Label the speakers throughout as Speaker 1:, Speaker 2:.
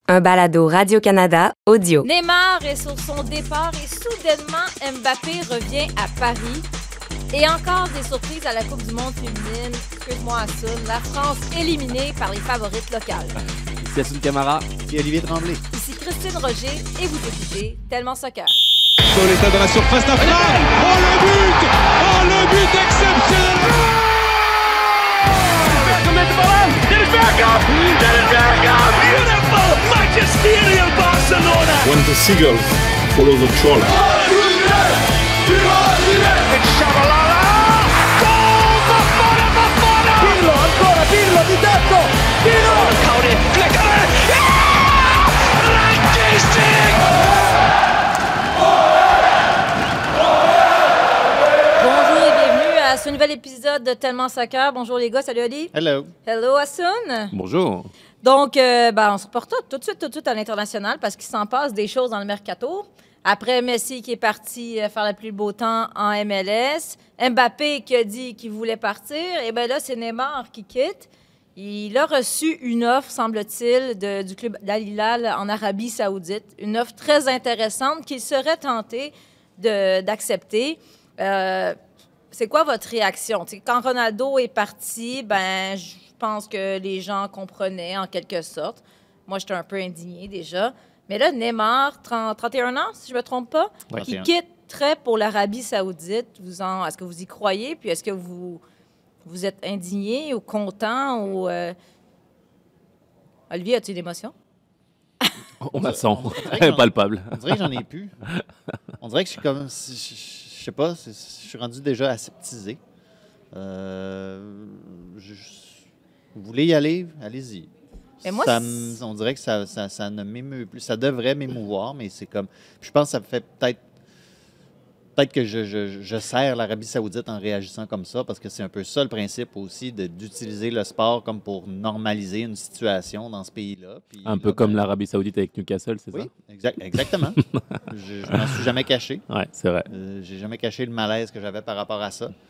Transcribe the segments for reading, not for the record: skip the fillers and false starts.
Speaker 1: Un balado Radio-Canada audio.
Speaker 2: Neymar est sur son départ et soudainement, Mbappé revient à Paris. Et encore des surprises à la Coupe du monde féminine. Excuse-moi, Assoun. La France éliminée par les favorites locales.
Speaker 3: Ici Assoun Camara
Speaker 4: et Olivier Tremblay.
Speaker 2: Ici Christine Roger et vous écoutez Tellement Soccer.
Speaker 5: Pauletta dans la surface d'affaire. Oh le but exceptionnel. Beautiful magisterial Barcelona.
Speaker 6: When the seagull follows the trawler.
Speaker 5: It's Shabalala. Goal! Bafana!
Speaker 4: Pirlo, ancora Pirlo di tetto. Pirlo!
Speaker 5: Cody, click on it.
Speaker 2: Bonjour et bienvenue à ce nouvel épisode de Tellement Soccer. Bonjour les gars, salut Ali.
Speaker 4: Hello.
Speaker 2: Hello Assoun.
Speaker 3: Bonjour.
Speaker 2: Donc, on se reporte tout de suite à l'international parce qu'il s'en passe des choses dans le mercato. Après Messi qui est parti faire le plus beau temps en MLS, Mbappé qui a dit qu'il voulait partir, et bien là, c'est Neymar qui quitte. Il a reçu une offre, semble-t-il, du club d'Al Hilal en Arabie Saoudite. Une offre très intéressante qu'il serait tenté d'accepter. C'est quoi votre réaction? T'sais, quand Ronaldo est parti, je pense que les gens comprenaient en quelque sorte. Moi, j'étais un peu indignée déjà. Mais là, Neymar, 31 ans, si je ne me trompe pas,
Speaker 4: Ouais,
Speaker 2: qui quitterait pour l'Arabie Saoudite. Est-ce que vous y croyez? Puis est-ce que vous êtes indigné ou content? Ou, Olivier, as-tu une émotion?
Speaker 3: On la sent,
Speaker 4: dirait
Speaker 3: palpable.
Speaker 4: On dirait que j'en ai plus. On dirait que je suis comme... Je sais pas, je suis rendu déjà aseptisé. Vous voulez y aller? Allez-y.
Speaker 2: Mais moi,
Speaker 4: On dirait que ça ne m'émeut plus. Ça devrait m'émouvoir, mais c'est comme... Je pense que ça fait peut-être que je sers l'Arabie Saoudite en réagissant comme ça, parce que c'est un peu ça le principe aussi, d'utiliser le sport comme pour normaliser une situation dans ce pays-là. Puis
Speaker 3: Un peu comme l'Arabie Saoudite avec Newcastle, c'est
Speaker 4: oui,
Speaker 3: ça?
Speaker 4: exactement. Je m'en suis jamais caché.
Speaker 3: Oui, c'est vrai.
Speaker 4: J'ai jamais caché le malaise que j'avais par rapport à ça.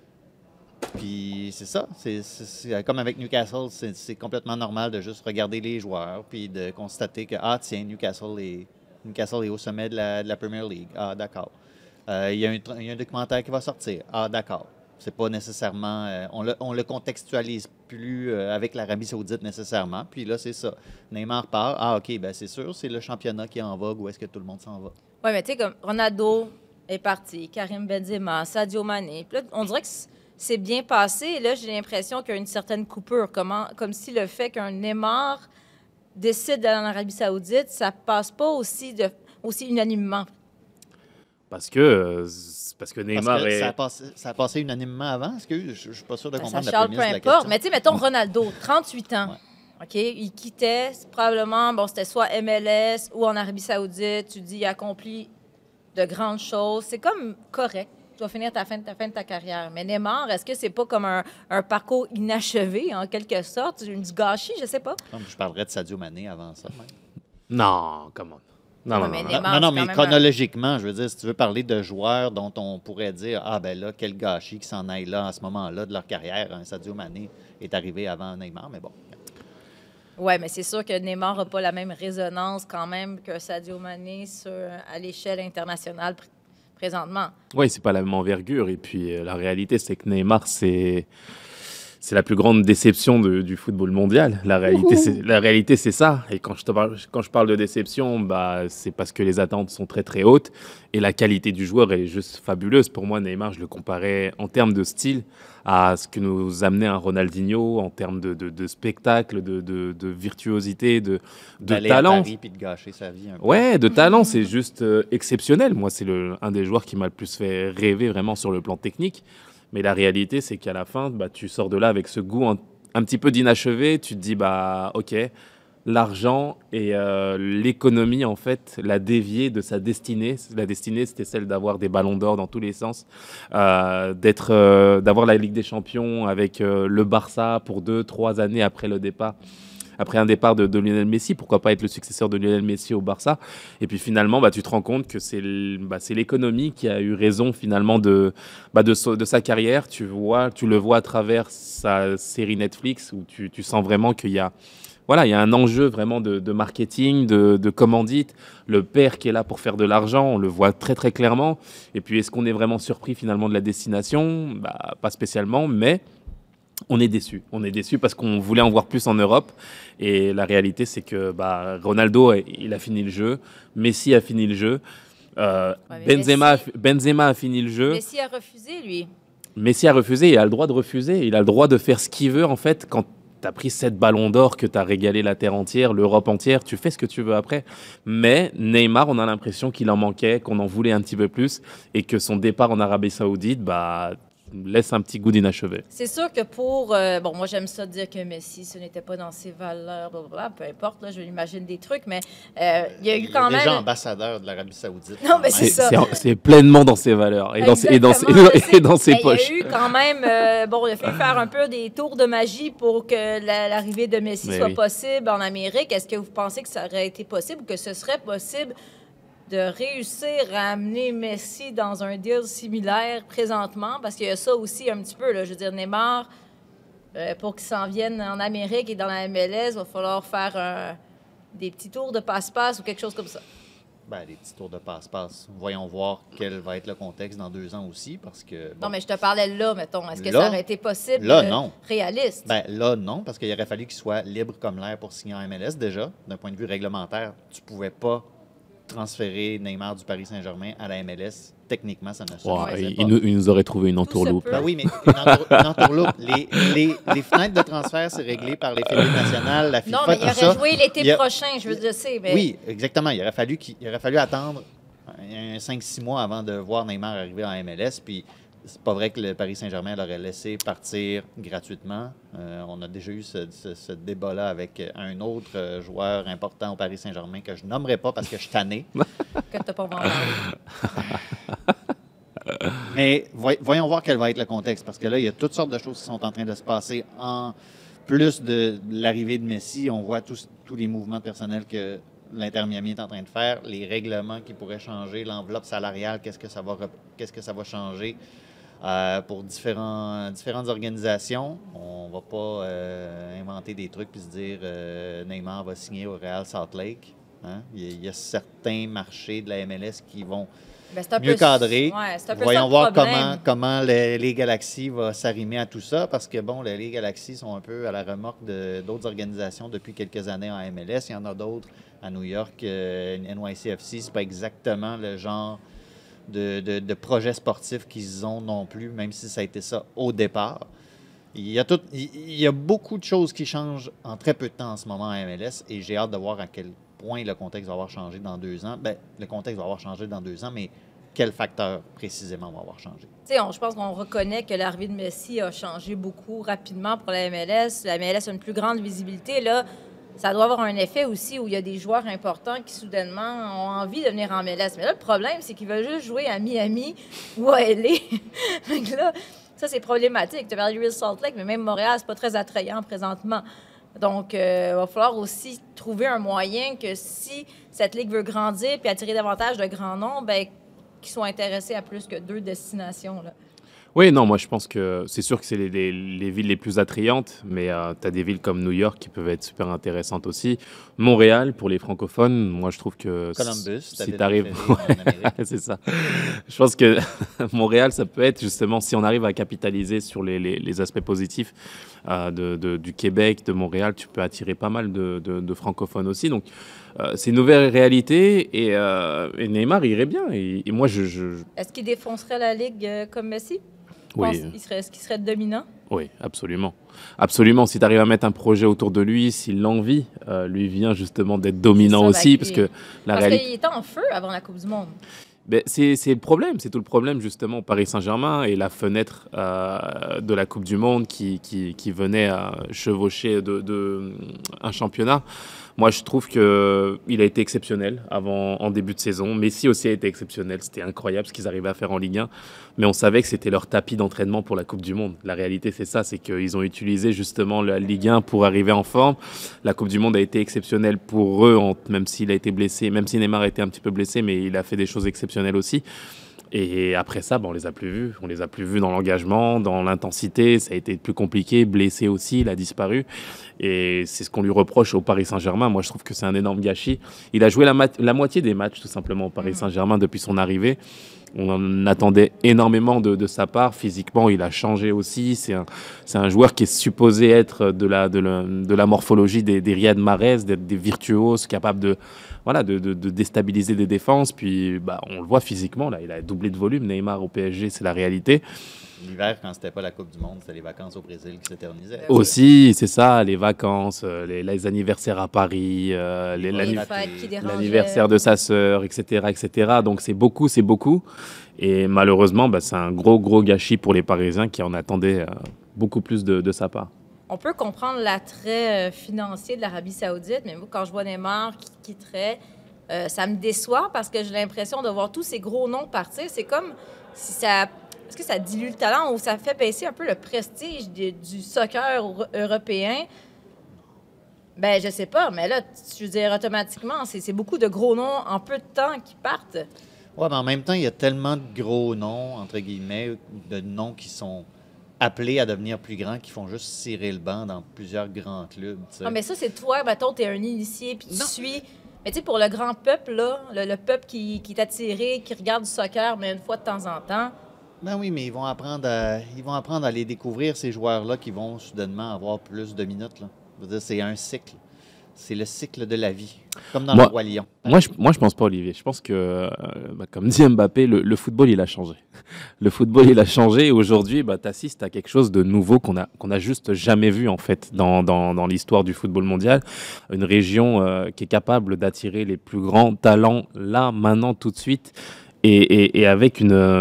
Speaker 4: Puis c'est ça. C'est comme avec Newcastle, c'est complètement normal de juste regarder les joueurs puis de constater que, Newcastle est au sommet de la Premier League. Ah, d'accord. Il y a un documentaire qui va sortir. Ah, d'accord. C'est pas nécessairement... on le contextualise plus avec l'Arabie Saoudite nécessairement. Puis là, c'est ça. Neymar part. Ah, OK, c'est sûr, c'est le championnat qui est en vogue. Où est-ce que tout le monde s'en va?
Speaker 2: Oui, mais tu sais, comme Ronaldo est parti, Karim Benzema, Sadio Mané. Puis là, on dirait que c'est bien passé. Et là, j'ai l'impression qu'il y a une certaine coupure. Comme si le fait qu'un Neymar décide d'aller en Arabie Saoudite, ça passe pas aussi unanimement.
Speaker 3: Parce que Neymar
Speaker 4: Ça a passé unanimement avant. Est-ce que je ne suis pas sûr de comprendre
Speaker 2: Ça
Speaker 4: la
Speaker 2: charle
Speaker 4: prémisse
Speaker 2: peu
Speaker 4: de la
Speaker 2: importe.
Speaker 4: question.
Speaker 2: Mais tu sais, mettons Ronaldo, 38 ans.
Speaker 4: Ouais.
Speaker 2: OK? Il quittait, probablement, c'était soit MLS ou en Arabie Saoudite. Tu dis, il a accompli de grandes choses. C'est comme correct. Tu vas finir ta fin de ta carrière. Mais Neymar, est-ce que c'est pas comme un parcours inachevé, en quelque sorte? Du gâchis, je sais pas.
Speaker 4: Je parlerais de Sadio Mané avant ça. Même.
Speaker 3: Non, comment? Non,
Speaker 2: mais
Speaker 3: non.
Speaker 2: Neymar,
Speaker 4: Non,
Speaker 2: c'est
Speaker 4: mais
Speaker 2: quand même
Speaker 4: chronologiquement, je veux dire, si tu veux parler de joueurs dont on pourrait dire, là, quel gâchis qui s'en aille là, à ce moment-là de leur carrière. Sadio Mané est arrivé avant Neymar, mais bon.
Speaker 2: Oui, mais c'est sûr que Neymar n'a pas la même résonance quand même que Sadio Mané à l'échelle internationale présentement.
Speaker 3: Oui, c'est pas la même envergure. Et puis, la réalité, c'est que Neymar, c'est la plus grande déception du football mondial. La réalité, c'est ça. Et quand je parle de déception, c'est parce que les attentes sont très, très hautes et la qualité du joueur est juste fabuleuse. Pour moi, Neymar, je le comparais en termes de style à ce que nous amenait un Ronaldinho, en termes de spectacle, de virtuosité, de talent.
Speaker 4: À Paris puis de gâcher sa vie un peu.
Speaker 3: Ouais, de talent, c'est juste exceptionnel. Moi, c'est un des joueurs qui m'a le plus fait rêver vraiment sur le plan technique. Mais la réalité, c'est qu'à la fin, tu sors de là avec ce goût un petit peu d'inachevé. Tu te dis, OK, l'argent et l'économie, en fait, l'a dévié de sa destinée. La destinée, c'était celle d'avoir des ballons d'or dans tous les sens, d'avoir la Ligue des Champions avec le Barça pour 2-3 années après le départ. Après un départ de Lionel Messi, pourquoi pas être le successeur de Lionel Messi au Barça? Et puis finalement, tu te rends compte que c'est l'économie qui a eu raison finalement de sa carrière. Tu le vois à travers sa série Netflix où tu sens vraiment qu'il y a voilà, il y a un enjeu vraiment de marketing, de commandite. Le père qui est là pour faire de l'argent, on le voit très très clairement. Et puis, est-ce qu'on est vraiment surpris finalement de la destination? Bah, pas spécialement, mais on est déçu. On est déçu parce qu'on voulait en voir plus en Europe. Et la réalité, c'est que Ronaldo, il a fini le jeu. Messi a fini le jeu. Benzema a fini le jeu.
Speaker 2: Messi a refusé, lui.
Speaker 3: Messi a refusé, il a le droit de refuser. Il a le droit de faire ce qu'il veut, en fait, quand tu as pris 7 ballons d'or, que tu as régalé la terre entière, l'Europe entière, tu fais ce que tu veux après. Mais Neymar, on a l'impression qu'il en manquait, qu'on en voulait un petit peu plus et que son départ en Arabie Saoudite, laisse un petit goût d'inachevé.
Speaker 2: C'est sûr que pour... moi, j'aime ça dire que Messi, ce n'était pas dans ses valeurs, blablabla, peu importe, là, je l'imagine des trucs, mais il y a eu quand même...
Speaker 4: Il est déjà ambassadeur de l'Arabie Saoudite.
Speaker 2: Non, mais c'est ça.
Speaker 3: C'est pleinement dans ses valeurs et dans ses poches.
Speaker 2: Il y a eu quand même... il a fallu faire un peu des tours de magie pour que l'arrivée de Messi soit possible en Amérique. Est-ce que vous pensez que ça aurait été possible ou que ce serait possible de réussir à amener Messi dans un deal similaire présentement? Parce qu'il y a ça aussi un petit peu, là. Je veux dire, Neymar, pour qu'il s'en vienne en Amérique et dans la MLS, il va falloir faire des petits tours de passe-passe ou quelque chose comme ça.
Speaker 4: Des petits tours de passe-passe. Voyons voir quel va être le contexte dans 2 ans aussi, parce que...
Speaker 2: Non, mais je te parlais là, mettons. Est-ce que ça aurait été possible,
Speaker 4: non.
Speaker 2: Réaliste?
Speaker 4: Là, non, parce qu'il aurait fallu qu'il soit libre comme l'air pour signer en MLS, déjà. D'un point de vue réglementaire, tu pouvais pas transférer Neymar du Paris Saint-Germain à la MLS. Techniquement, ça ne se faisait pas.
Speaker 3: Il nous aurait trouvé une entourloupe.
Speaker 4: Oui, mais une entourloupe. Les fenêtres de transfert, c'est réglé par les fédérations nationales, la FIFA,
Speaker 2: non, mais il aurait joué l'été prochain, je sais. Mais...
Speaker 4: Oui, exactement. Il aurait fallu attendre 5-6 mois avant de voir Neymar arriver en MLS, puis c'est pas vrai que le Paris Saint-Germain l'aurait laissé partir gratuitement. On a déjà eu ce débat-là avec un autre joueur important au Paris Saint-Germain que je nommerai pas parce que je suis tanné.
Speaker 2: Que t'as pas vendu.
Speaker 4: Mais voyons voir quel va être le contexte, parce que là, il y a toutes sortes de choses qui sont en train de se passer. En plus de l'arrivée de Messi, on voit tous les mouvements personnels que l'Inter Miami est en train de faire, les règlements qui pourraient changer, l'enveloppe salariale, qu'est-ce que ça va changer. Pour différentes organisations. On ne va pas inventer des trucs puis se dire Neymar va signer au Real Salt Lake. Hein? Il y a certains marchés de la MLS qui vont mieux cadrer. Voyons voir comment les Galaxy va s'arrimer à tout ça, parce que les Galaxy sont un peu à la remorque d'autres organisations depuis quelques années en MLS. Il y en a d'autres à New York. NYCFC, c'est pas exactement le genre de projets sportifs qu'ils ont non plus, même si ça a été ça au départ. Il y a beaucoup de choses qui changent en très peu de temps en ce moment à MLS, et j'ai hâte de voir à quel point le contexte va avoir changé dans 2 ans. Le contexte va avoir changé dans 2 ans, mais quel facteur précisément va avoir changé?
Speaker 2: Je pense qu'on reconnaît que l'arrivée de Messi a changé beaucoup rapidement pour la MLS. La MLS a une plus grande visibilité. Là, ça doit avoir un effet aussi où il y a des joueurs importants qui, soudainement, ont envie de venir en MLS. Mais là, le problème, c'est qu'ils veulent juste jouer à Miami ou à LA. Donc là, ça, c'est problématique. Tu as parlé de Real Salt Lake, mais même Montréal, c'est pas très attrayant présentement. Donc, il va falloir aussi trouver un moyen que si cette ligue veut grandir puis attirer davantage de grands noms, qu'ils soient intéressés à plus que 2 destinations, là.
Speaker 3: Oui, non, moi je pense que c'est sûr que c'est les villes les plus attrayantes, mais tu as des villes comme New York qui peuvent être super intéressantes aussi. Montréal, pour les francophones, moi je trouve que...
Speaker 4: Columbus,
Speaker 3: si tu arrives... c'est ça. Je pense que Montréal, ça peut être justement, si on arrive à capitaliser sur les aspects positifs du Québec, de Montréal, tu peux attirer pas mal de francophones aussi. Donc, c'est une nouvelle réalité et Neymar irait bien. Et moi,
Speaker 2: Est-ce qu'il défoncerait la Ligue comme Messi?
Speaker 3: Oui.
Speaker 2: Est-ce qu'il serait dominant?
Speaker 3: Oui, absolument. Absolument. Si tu arrives à mettre un projet autour de lui, si l'envie lui vient justement d'être dominant aussi, parce que
Speaker 2: Parce qu'il était en feu avant la Coupe du Monde.
Speaker 3: C'est le problème, c'est tout le problème justement au Paris Saint-Germain et la fenêtre de la Coupe du Monde qui venait à chevaucher un championnat. Moi, je trouve qu'il a été exceptionnel en début de saison. Messi aussi a été exceptionnel. C'était incroyable ce qu'ils arrivaient à faire en Ligue 1. Mais on savait que c'était leur tapis d'entraînement pour la Coupe du Monde. La réalité, c'est ça. C'est qu'ils ont utilisé justement la Ligue 1 pour arriver en forme. La Coupe du Monde a été exceptionnelle pour eux, même s'il a été blessé, même si Neymar a été un petit peu blessé, mais il a fait des choses exceptionnelles aussi. Et après ça, on les a plus vus. On les a plus vus dans l'engagement, dans l'intensité. Ça a été plus compliqué. Blessé aussi, il a disparu. Et c'est ce qu'on lui reproche au Paris Saint-Germain. Moi, je trouve que c'est un énorme gâchis. Il a joué la moitié des matchs, tout simplement, au Paris Saint-Germain depuis son arrivée. On en attendait énormément de sa part. Physiquement, il a changé aussi. C'est un joueur qui est supposé être de la morphologie des Riyad Mahrez, d'être des virtuoses, capables de déstabiliser des défenses. Puis, on le voit physiquement. Là, il a doublé de volume. Neymar au PSG, c'est la réalité.
Speaker 4: L'hiver, quand c'était pas la Coupe du Monde, c'était les vacances au Brésil qui s'éternisaient.
Speaker 3: Aussi, c'est ça, les vacances, les anniversaires à Paris, l'anniversaire de sa sœur, etc., etc. Donc c'est beaucoup. Et malheureusement, c'est un gros gâchis pour les Parisiens qui en attendaient beaucoup plus de sa part.
Speaker 2: On peut comprendre l'attrait financier de l'Arabie Saoudite, mais moi, quand je vois Neymar qui quitterait, ça me déçoit parce que j'ai l'impression de voir tous ces gros noms partir. C'est comme si ça... Est-ce que ça dilue le talent ou ça fait baisser un peu le prestige du soccer européen? Je sais pas, mais là, je veux dire, automatiquement, c'est beaucoup de gros noms en peu de temps qui partent.
Speaker 4: Oui, mais en même temps, il y a tellement de gros noms, entre guillemets, de noms qui sont appelés à devenir plus grands, qui font juste cirer le banc dans plusieurs grands clubs. T'sais.
Speaker 2: Ah, mais ça, c'est toi, mettons, t'es un initié, puis tu suis... Mais tu sais, pour le grand peuple, là, le peuple qui est attiré, qui regarde du soccer, mais une fois de temps en temps...
Speaker 4: Ben oui, mais ils vont apprendre à les découvrir, ces joueurs-là, qui vont soudainement avoir plus de minutes. Là. Je veux dire, c'est un cycle. C'est le cycle de la vie, comme dans le Roi Lion.
Speaker 3: Moi, je pense pas, Olivier. Je pense que, comme dit Mbappé, le football, il a changé. Le football, il a changé. Et aujourd'hui, tu assistes à quelque chose de nouveau qu'on a juste jamais vu, en fait, dans l'histoire du football mondial. Une région qui est capable d'attirer les plus grands talents, là, maintenant, tout de suite. Et avec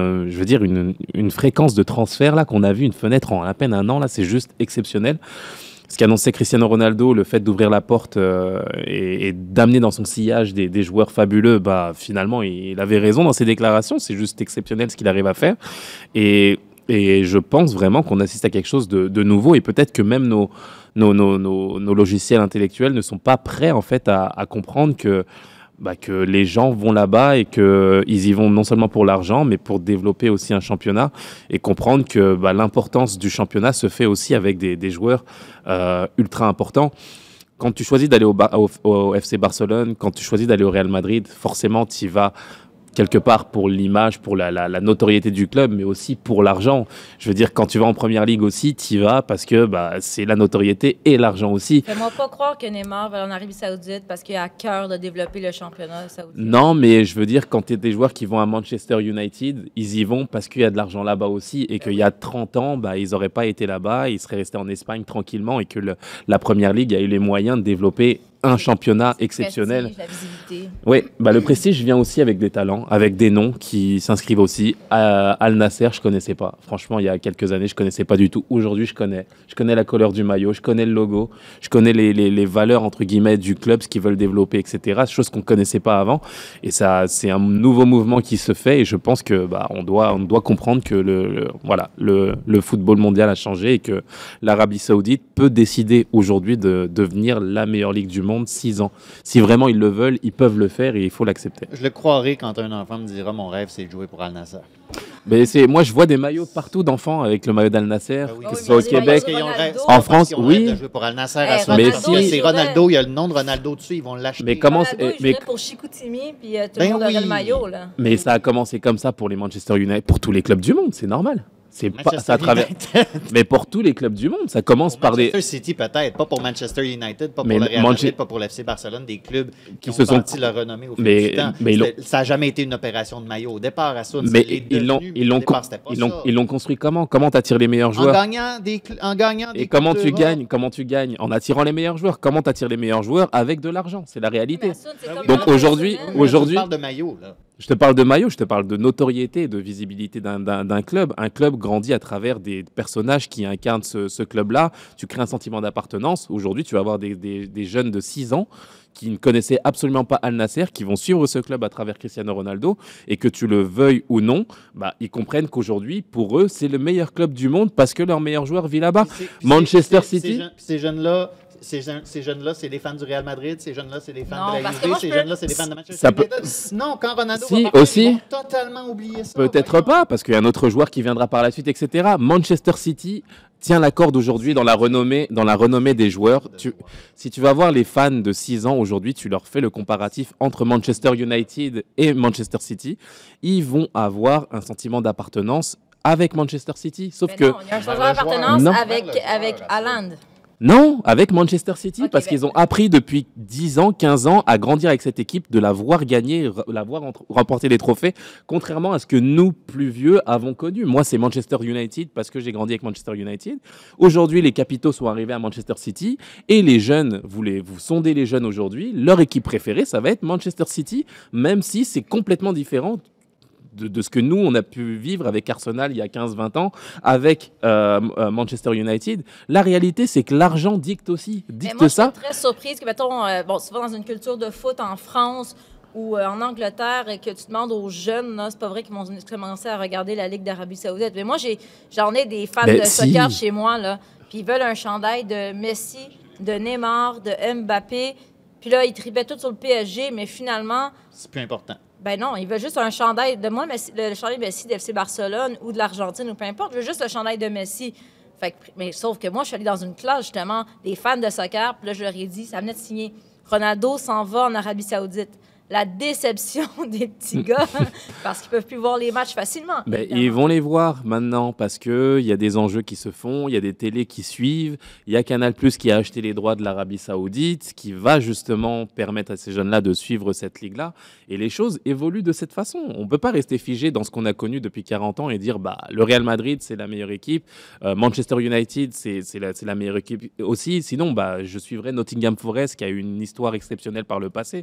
Speaker 3: une fréquence de transfert là qu'on a vu, une fenêtre en à peine un an, là, c'est juste exceptionnel. Ce qu'annonçait Cristiano Ronaldo, le fait d'ouvrir la porte et d'amener dans son sillage des joueurs fabuleux, finalement, il avait raison dans ses déclarations. C'est juste exceptionnel ce qu'il arrive à faire. Et je pense vraiment qu'on assiste à quelque chose de nouveau. Et peut-être que même nos logiciels intellectuels ne sont pas prêts, en fait, à comprendre que les gens vont là-bas et qu'ils y vont non seulement pour l'argent, mais pour développer aussi un championnat et comprendre que l'importance du championnat se fait aussi avec des joueurs ultra importants. Quand tu choisis d'aller au FC Barcelone, quand tu choisis d'aller au Real Madrid, forcément, tu y vas quelque part pour l'image, pour la notoriété du club, mais aussi pour l'argent. Je veux dire, quand tu vas en Première Ligue aussi, tu y vas parce que c'est la notoriété et l'argent aussi.
Speaker 2: Fais-moi pas croire que Neymar va en Arabie Saoudite parce qu'il a à cœur de développer le championnat saoudien.
Speaker 3: Non, mais je veux dire, quand tu es des joueurs qui vont à Manchester United, ils y vont parce qu'il y a de l'argent là-bas aussi et qu'il y a 30 ans, ils n'auraient pas été là-bas, ils seraient restés en Espagne tranquillement et que la Première Ligue a eu les moyens de développer un championnat exceptionnel.
Speaker 2: Prestige, la visibilité.
Speaker 3: Oui, le prestige vient aussi avec des talents, avec des noms qui s'inscrivent aussi. Al Nasser, je connaissais pas. Franchement, il y a quelques années, je connaissais pas du tout. Aujourd'hui, je connais. Je connais la couleur du maillot, je connais le logo, je connais les valeurs entre guillemets du club, ce qu'ils veulent développer, etc. Chose qu'on connaissait pas avant. Et ça, c'est un nouveau mouvement qui se fait. Et je pense que on doit comprendre que le football mondial a changé et que l'Arabie Saoudite peut décider aujourd'hui de devenir la meilleure ligue du monde. 6 ans. Si vraiment ils le veulent, ils peuvent le faire et il faut l'accepter.
Speaker 4: Je le croirais quand un enfant me dira mon rêve, c'est de jouer pour Al Nasser.
Speaker 3: Mais moi, je vois des maillots partout d'enfants avec le maillot d'Al Nasser, que ce soit au Québec, en France, oui.
Speaker 4: De jouer pour Al Nasser
Speaker 3: mais
Speaker 4: c'est Ronaldo, il y a le nom de Ronaldo dessus, ils vont l'acheter.
Speaker 3: Mais comment
Speaker 2: pour Chicoutimi, puis tout le monde aurait le maillot. Là.
Speaker 3: Mais ça a commencé comme ça pour les Manchester United, pour tous les clubs du monde, c'est normal. Ça travers. Mais pour tous les clubs du monde, ça commence par
Speaker 4: Manchester City peut-être, pas pour Manchester United, pas pour le Real Madrid, pas pour l'FC Barcelone, des clubs qui ont bâti leur renommée au fil du temps. Ça n'a jamais été une opération de maillot. Au départ, à Soun,
Speaker 3: mais ils l'ont construit comment? Comment t'attires les meilleurs joueurs?
Speaker 4: En gagnant des
Speaker 3: Et comment tu gagnes? Comment tu gagnes? En attirant les meilleurs joueurs. Comment t'attires les meilleurs joueurs? Avec de l'argent. C'est la réalité. Donc aujourd'hui,
Speaker 4: je parle de maillot là.
Speaker 3: Je te parle de maillot, je te parle de notoriété, de visibilité d'un club. Un club grandit à travers des personnages qui incarnent ce club-là. Tu crées un sentiment d'appartenance. Aujourd'hui, tu vas avoir des jeunes de 6 ans qui ne connaissaient absolument pas Al Nasser, qui vont suivre ce club à travers Cristiano Ronaldo, et que tu le veuilles ou non, ils comprennent qu'aujourd'hui, pour eux, c'est le meilleur club du monde parce que leur meilleur joueur vit là-bas. Manchester City.
Speaker 4: Ces jeunes-là, ces jeunes-là, c'est des fans du Real Madrid, ces jeunes-là, c'est des fans
Speaker 2: Non,
Speaker 4: de la
Speaker 2: parce que
Speaker 4: Juve,
Speaker 2: moi,
Speaker 4: ces
Speaker 2: je peux-
Speaker 4: jeunes-là, c'est des fans de Manchester
Speaker 3: Ça peut-
Speaker 4: United. Non, quand Ronaldo
Speaker 3: Si,
Speaker 4: va partir,
Speaker 3: aussi.
Speaker 4: ils vont totalement oublier ça.
Speaker 3: Peut-être
Speaker 4: voyons.
Speaker 3: pas, parce qu'il y a un autre joueur qui viendra par la suite, etc. Manchester City tient la corde aujourd'hui dans la renommée des joueurs. Si tu vas voir les fans de 6 ans aujourd'hui, tu leur fais le comparatif entre Manchester United et Manchester City, ils vont avoir un sentiment d'appartenance avec Manchester City. Sauf
Speaker 2: Mais
Speaker 3: que
Speaker 2: non, il y a un changement d'appartenance
Speaker 3: Non.
Speaker 2: avec Haaland.
Speaker 3: non, avec Manchester City,
Speaker 2: Ok,
Speaker 3: parce qu'ils ont appris depuis 10 ans, 15 ans à grandir avec cette équipe, de la voir gagner, la voir remporter les trophées, contrairement à ce que nous, plus vieux, avons connu. Moi, c'est Manchester United parce que j'ai grandi avec Manchester United. Aujourd'hui, les capitaux sont arrivés à Manchester City et les jeunes, vous sondez les jeunes aujourd'hui, leur équipe préférée, ça va être Manchester City, même si c'est complètement différent de ce que nous, on a pu vivre avec Arsenal il y a 15-20 ans, avec Manchester United. La réalité, c'est que l'argent dicte aussi,
Speaker 2: Mais
Speaker 3: dicte
Speaker 2: moi, je
Speaker 3: ça.
Speaker 2: suis très surprise que, mettons, souvent dans une culture de foot en France ou en Angleterre, et que tu demandes aux jeunes, là, c'est pas vrai qu'ils vont commencer à regarder la Ligue d'Arabie Saoudite. Mais moi, j'en ai des fans
Speaker 3: Ben,
Speaker 2: de
Speaker 3: si.
Speaker 2: soccer chez moi, là, puis ils veulent un chandail de Messi, de Neymar, de Mbappé. Puis là, ils tripaient tout sur le PSG, mais finalement,
Speaker 4: C'est plus important.
Speaker 2: ben non, ils veulent juste un chandail de moi, le chandail de Messi d'FC Barcelone ou de l'Argentine ou peu importe. Je veux juste le chandail de Messi. Fait que, mais sauf que moi, je suis allée dans une classe, justement, des fans de soccer. Puis là, je leur ai dit, ça venait de signer. Ronaldo s'en va en Arabie Saoudite. La déception des petits gars, parce qu'ils peuvent plus voir les matchs facilement.
Speaker 3: Ben,
Speaker 2: évidemment.
Speaker 3: ils vont les voir maintenant parce qu'il y a des enjeux qui se font, il y a des télés qui suivent, il y a Canal+ qui a acheté les droits de l'Arabie Saoudite, qui va justement permettre à ces jeunes-là de suivre cette ligue-là. Et les choses évoluent de cette façon. On ne peut pas rester figé dans ce qu'on a connu depuis 40 ans et dire bah, le Real Madrid, c'est la meilleure équipe, Manchester United, c'est la meilleure équipe aussi. Sinon, bah, je suivrais Nottingham Forest, qui a eu une histoire exceptionnelle par le passé.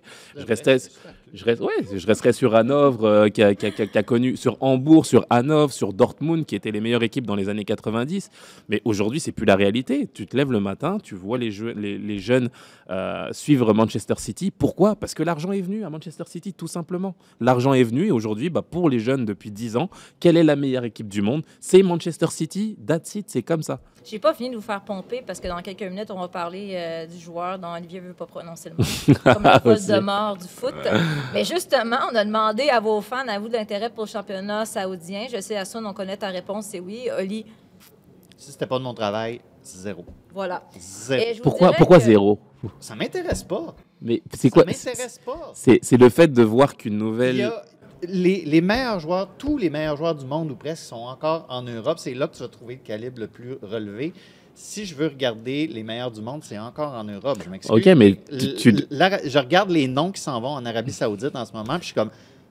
Speaker 3: Je resterais sur Hanovre, qui a connu, sur Hambourg, sur Hanovre, sur Dortmund, qui étaient les meilleures équipes dans les années 90. Mais aujourd'hui, c'est plus la réalité. Tu te lèves le matin, tu vois les jeunes suivre Manchester City. Pourquoi ? Parce que l'argent est venu à Manchester City, tout simplement. L'argent est venu et aujourd'hui, bah, pour les jeunes depuis 10 ans, quelle est la meilleure équipe du monde ? C'est Manchester City, that's it, c'est comme ça.
Speaker 2: J'ai pas fini de vous faire pomper parce que dans quelques minutes, on va parler du joueur dont Olivier veut pas prononcer le mot, comme le
Speaker 3: Aussi.
Speaker 2: Voldemort du foot. Mais justement, on a demandé à vos fans, à vous, de l'intérêt pour le championnat saoudien. Je sais, Assoun, on connaît ta réponse, c'est oui. Oli,
Speaker 4: Si c'était pas de mon travail, zéro.
Speaker 2: voilà.
Speaker 4: Zéro.
Speaker 2: Et je vous
Speaker 3: Pourquoi
Speaker 2: dirais que-
Speaker 3: zéro ?
Speaker 4: Ça m'intéresse pas.
Speaker 3: Mais c'est quoi ?
Speaker 4: Ça m'intéresse pas.
Speaker 3: C'est le fait de voir qu'une
Speaker 4: Il y
Speaker 3: nouvelle...
Speaker 4: a les meilleurs joueurs, tous les meilleurs joueurs du monde ou presque sont encore en Europe. C'est là que tu vas trouver le calibre le plus relevé. Si je veux regarder les meilleurs du monde, c'est encore en Europe. Je m'excuse.
Speaker 3: Ok, mais
Speaker 4: Je regarde les noms qui s'en vont en Arabie Saoudite en ce moment, puis je suis comme...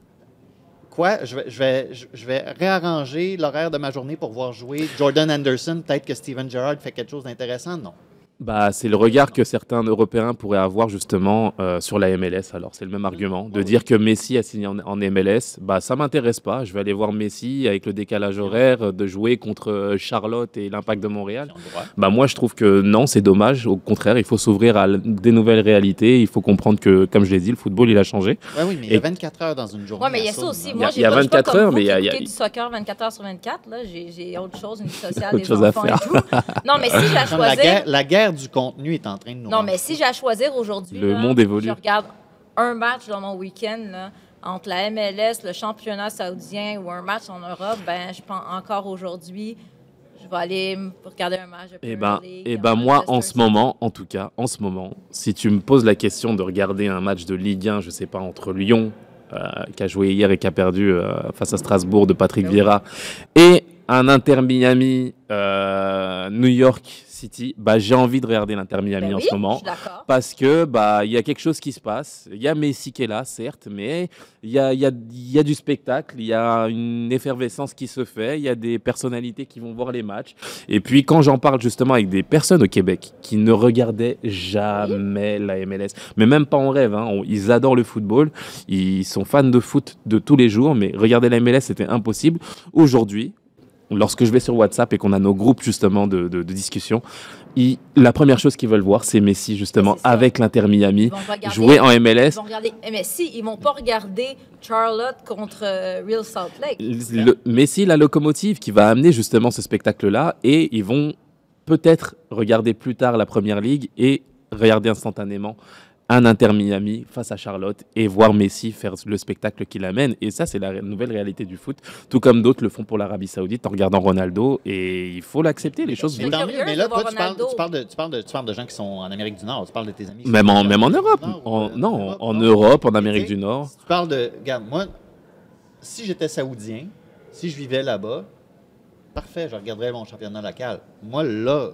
Speaker 4: Quoi? Je vais réarranger l'horaire de ma journée pour voir jouer Jordan Anderson. Peut-être que Steven Gerrard fait quelque chose d'intéressant. Non.
Speaker 3: Bah, c'est le regard que certains Européens pourraient avoir justement sur la MLS. Alors, c'est le même argument. De dire que Messi a signé en MLS, bah, ça m'intéresse pas. Je vais aller voir Messi avec le décalage horaire de jouer contre Charlotte et l'Impact de Montréal.
Speaker 4: Ils ont le droit.
Speaker 3: Bah, moi, je trouve que non, c'est dommage. Au contraire, il faut s'ouvrir à des nouvelles réalités. Il faut comprendre que, comme je l'ai dit, le football, il a changé.
Speaker 4: Ouais, oui, mais il y a 24 heures dans une journée.
Speaker 2: Oui, mais il y a
Speaker 4: à
Speaker 2: ça
Speaker 4: Saône,
Speaker 2: aussi.
Speaker 4: là.
Speaker 2: Moi,
Speaker 3: Il y a
Speaker 2: je suis pas
Speaker 3: 24 heures,
Speaker 2: comme vous
Speaker 3: mais
Speaker 2: qui
Speaker 3: il y a-
Speaker 2: écoutez du soccer 24 heures sur 24. Là, j'ai autre chose, une vie sociale,
Speaker 3: Autre
Speaker 2: des
Speaker 3: chose à
Speaker 2: enfants
Speaker 3: faire.
Speaker 2: et tout. Non, mais si j'ai à
Speaker 4: Comme
Speaker 2: choisir...
Speaker 4: la guerre du contenu est en train de nous
Speaker 2: Non,
Speaker 4: rendre
Speaker 2: mais si j'ai à choisir aujourd'hui,
Speaker 3: Le
Speaker 2: là,
Speaker 3: monde évolue.
Speaker 2: je regarde un match dans mon week-end là, entre la MLS, le championnat saoudien ou un match en Europe, ben je pense encore aujourd'hui, je vais aller regarder un match de Premier League,
Speaker 3: Et
Speaker 2: un
Speaker 3: ben
Speaker 2: match
Speaker 3: moi,
Speaker 2: de
Speaker 3: en
Speaker 2: Star
Speaker 3: ce moment, en tout cas, si tu me poses la question de regarder un match de Ligue 1, je sais pas, entre Lyon, qui a joué hier et qui a perdu face à Strasbourg de Patrick Vieira, et un Inter Miami, New York City, bah, j'ai envie de regarder l'Inter Miami
Speaker 2: Ben
Speaker 3: en
Speaker 2: oui,
Speaker 3: ce moment.
Speaker 2: je suis d'accord.
Speaker 3: Parce que bah il y a quelque chose qui se passe. Il y a Messi qui est là, certes, mais il y a du spectacle, il y a une effervescence qui se fait, il y a des personnalités qui vont voir les matchs. Et puis quand j'en parle justement avec des personnes au Québec qui ne regardaient jamais la MLS, mais même pas en rêve, hein, ils adorent le football, ils sont fans de foot de tous les jours, mais regarder la MLS c'était impossible. Aujourd'hui, lorsque je vais sur WhatsApp et qu'on a nos groupes justement de discussion, la première chose qu'ils veulent voir, c'est Messi justement
Speaker 2: C'est ça.
Speaker 3: avec l'Inter Miami,
Speaker 2: Ils vont regarder-
Speaker 3: jouer en
Speaker 2: Ils
Speaker 3: MLS.
Speaker 2: vont regarder, mais si, ils vont pas regarder Charlotte contre Real Salt Lake.
Speaker 3: Messi, la locomotive qui va amener justement ce spectacle-là, et ils vont peut-être regarder plus tard la Première Ligue et regarder instantanément un Inter Miami face à Charlotte et voir Messi faire le spectacle qu'il amène. Et ça, c'est la nouvelle réalité du foot. Tout comme d'autres le font pour l'Arabie Saoudite en regardant Ronaldo. Et il faut l'accepter, les choses
Speaker 4: Mais
Speaker 3: bougent.
Speaker 4: tant mieux, mais là, toi, tu
Speaker 2: Ronaldo.
Speaker 4: parles de gens qui sont en Amérique du Nord. Tu parles de tes amis.
Speaker 3: Même en Europe.
Speaker 4: Europe,
Speaker 3: En Europe, en Amérique
Speaker 4: Tu sais,
Speaker 3: du Nord.
Speaker 4: Si tu parles de... Regarde, moi, si j'étais saoudien, si je vivais là-bas, parfait, je regarderais mon championnat local. Moi, là,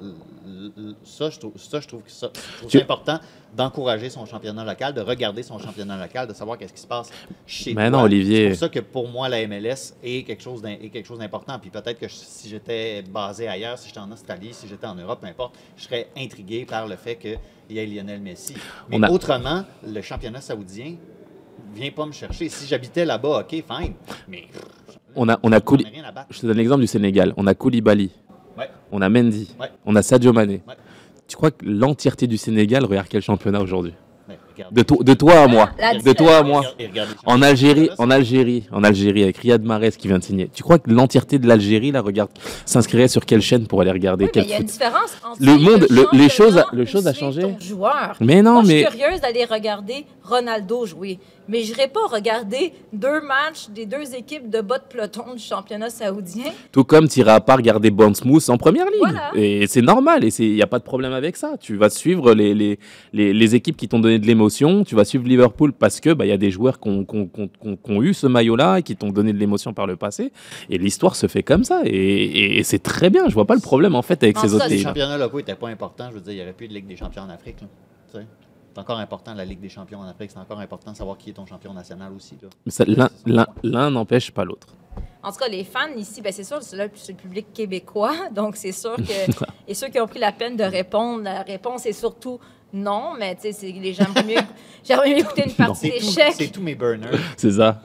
Speaker 4: je trouve que ça c'est important d'encourager son championnat local, de regarder son championnat local, de savoir qu'est-ce qui se passe chez
Speaker 3: Mais
Speaker 4: toi.
Speaker 3: non, Olivier.
Speaker 4: C'est pour ça que pour moi, la MLS est quelque chose d'important. Puis peut-être que si j'étais basé ailleurs, si j'étais en Australie, si j'étais en Europe, peu importe, je serais intrigué par le fait qu'il y ait Lionel Messi. Mais autrement, le championnat saoudien vient pas me chercher. Si j'habitais là-bas, OK, fine. Mais
Speaker 3: On a
Speaker 4: rien à battre.
Speaker 3: Je te donne l'exemple du Sénégal. On a Koulibaly,
Speaker 4: Ouais.
Speaker 3: on a Mendy,
Speaker 4: Ouais.
Speaker 3: on a Sadio Mané.
Speaker 4: Ouais.
Speaker 3: Tu crois que l'entièreté du Sénégal regarde quel championnat aujourd'hui?
Speaker 4: Mais regarde.
Speaker 3: De toi à moi.
Speaker 2: La
Speaker 3: De toi à moi.
Speaker 4: Et regarde les
Speaker 3: En
Speaker 4: championnats.
Speaker 3: Algérie, avec Riyad Mahrez qui vient de signer. Tu crois que l'entièreté de l'Algérie là s'inscrirait sur quelle chaîne pour aller regarder
Speaker 2: Oui, mais
Speaker 3: quel
Speaker 2: il y a une
Speaker 3: foot?
Speaker 2: différence entre
Speaker 3: Le monde, les choses
Speaker 2: championnat
Speaker 3: a
Speaker 2: ou
Speaker 3: changé.
Speaker 2: suivre ton joueur.
Speaker 3: Mais non,
Speaker 2: Moi,
Speaker 3: mais
Speaker 2: je suis curieuse d'aller regarder Ronaldo jouer. Mais je n'irai pas regarder 2 matchs des 2 équipes de bas de peloton du championnat saoudien.
Speaker 3: tout comme tu n'iras pas regarder Bournemouth en première ligue.
Speaker 2: Voilà.
Speaker 3: Et c'est normal, et il n'y a pas de problème avec ça. Tu vas suivre les équipes qui t'ont donné de l'émotion. Tu vas suivre Liverpool parce que y a des joueurs qui ont eu ce maillot-là et qui t'ont donné de l'émotion par le passé. Et l'histoire se fait comme ça. Et c'est très bien. Je vois pas le problème en fait avec
Speaker 2: Non,
Speaker 3: ces
Speaker 2: ça,
Speaker 3: autres
Speaker 2: c'est
Speaker 4: Les
Speaker 3: pays.
Speaker 4: championnats locaux n'étaient pas importants. Je veux dire, il n'y aurait plus de Ligue des champions en Afrique. Là. Tu sais, c'est encore important, la Ligue des champions en Afrique. C'est encore important de savoir qui est ton champion national aussi. Là.
Speaker 3: L'un n'empêche pas l'autre.
Speaker 2: En tout cas, les fans ici, c'est sûr, c'est le public québécois. Donc, c'est sûr que. Et ceux qui ont pris la peine de répondre, la réponse est surtout non. Mais tu sais, j'aimerais mieux écouter une partie d'échecs.
Speaker 4: C'est tous mes burners.
Speaker 3: C'est ça.